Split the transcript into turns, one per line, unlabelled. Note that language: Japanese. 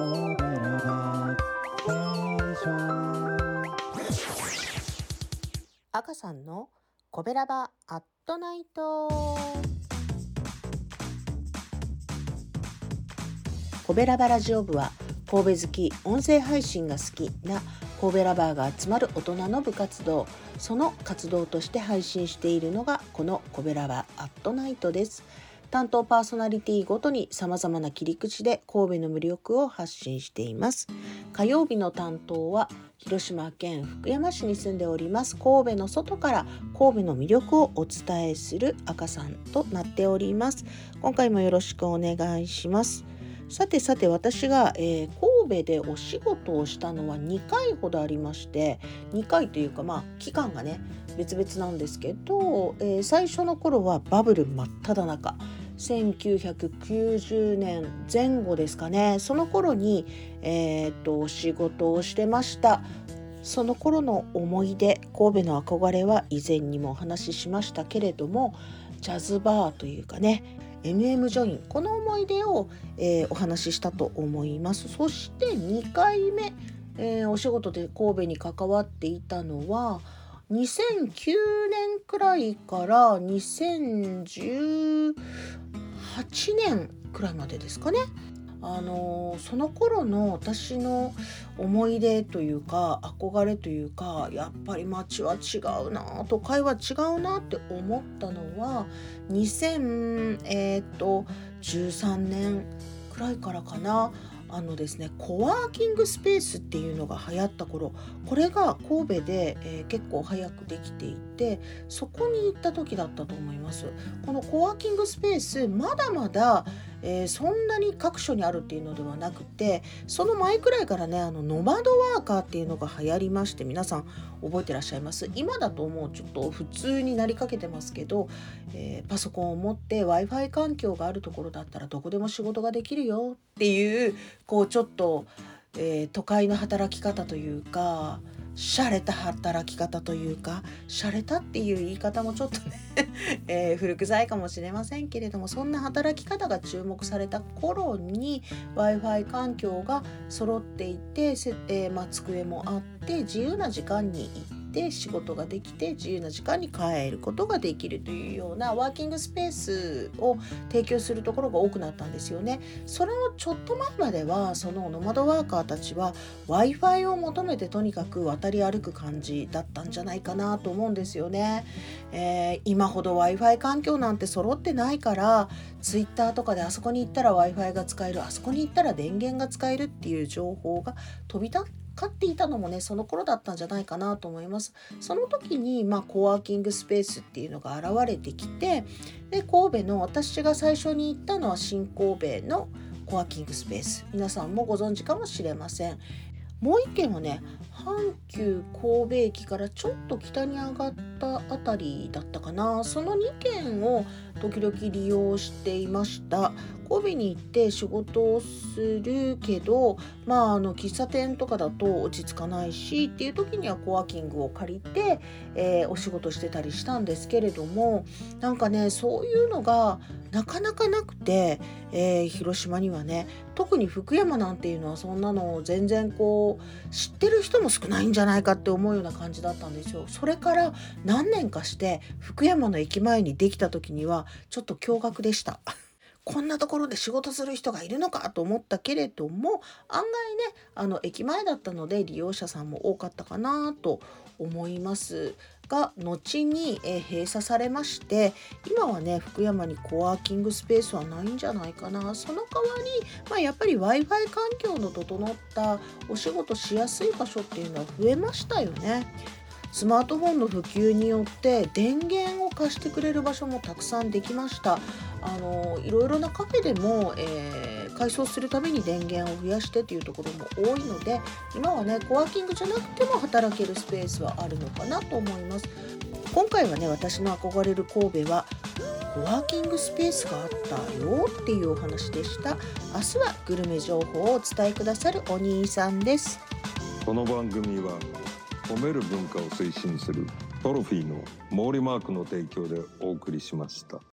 赤さんのコベラバアットナイト。コベラバラジオ部は神戸好き、音声配信が好きな神戸ラバーが集まる大人の部活動、その活動として配信しているのがこのコベラバアットナイトです。担当パーソナリティごとに様々な切り口で神戸の魅力を発信しています。火曜日の担当は広島県福山市に住んでおります神戸の外から神戸の魅力をお伝えする赤さんとなっております。今回もよろしくお願いします。さて私が、神戸でお仕事をしたのは2回ほどありまして、2回というか期間がね別々なんですけど、最初の頃はバブル真っ只中、1990年前後ですかね。その頃に、お仕事をしてました。その頃の思い出、神戸の憧れは以前にもお話ししましたけれども、ジャズバーというかね、MM ジョイン、この思い出を、お話ししたと思います。そして2回目、お仕事で神戸に関わっていたのは2009年くらいから2018年くらいまでですかね。その頃の私の思い出というか憧れというか、やっぱり街は違うな、都会は違うなって思ったのは2013年くらいからかな。ですね、コワーキングスペースっていうのが流行った頃、これが神戸で、結構早くできていて、そこに行った時だったと思います。このコワーキングスペースまだまだ、そんなに各所にあるっていうのではなくて、その前くらいからね、ノマドワーカーっていうのが流行りまして、皆さん覚えてらっしゃいます？今だともうちょっと普通になりかけてますけど、パソコンを持って Wi-Fi 環境があるところだったらどこでも仕事ができるよっていうちょっと、都会の働き方というか、洒落た働き方というか、洒落たっていう言い方もちょっとね、古臭いかもしれませんけれども、そんな働き方が注目された頃に Wi-Fi 環境が揃っていて、机もあって自由な時間に行って仕事ができて、自由な時間に帰ることができるというようなワーキングスペースを提供するところが多くなったんですよね。それのちょっと前まではそのノマドワーカーたちは Wi-Fi を求めてとにかく渡り歩く感じだったんじゃないかなと思うんですよね。今ほど Wi-Fi 環境なんて揃ってないから、 Twitter とかであそこに行ったら Wi-Fi が使える、あそこに行ったら電源が使えるっていう情報が飛び交っていたのもね、その頃だったんじゃないかなと思います。その時にコワーキングスペースっていうのが現れてきて、で神戸の、私が最初に行ったのは新神戸のコワーキングスペース、皆さんもご存知かもしれません。もう一軒はね、阪急神戸駅からちょっと北に上がったあたりだったかな。その2軒を時々利用していました。神戸に行って仕事をするけど、喫茶店とかだと落ち着かないしっていう時にはコワーキングを借りて、お仕事してたりしたんですけれども、なんかね、そういうのがなかなかなくて、広島にはね、特に福山なんていうのはそんなの全然知ってる人も少ないんじゃないかって思うような感じだったんですよ。それから何年かして福山の駅前にできた時にはちょっと驚愕でした。こんなところで仕事する人がいるのかと思ったけれども、案外ね、駅前だったので利用者さんも多かったかなと思いますが、後に閉鎖されまして、今はね福山にコワーキングスペースはないんじゃないかな。その代わり、やっぱり Wi-Fi 環境の整ったお仕事しやすい場所っていうのは増えましたよね。スマートフォンの普及によって電源を貸してくれる場所もたくさんできました。いろいろなカフェでも、改装するために電源を増やしてというところも多いので、今はねコワーキングじゃなくても働けるスペースはあるのかなと思います。今回はね、私の憧れる神戸はコワーキングスペースがあったよっていうお話でした。明日はグルメ情報をお伝えくださるお兄さんです。
この番組は褒める文化を推進するトロフィーの毛利マークの提供でお送りしました。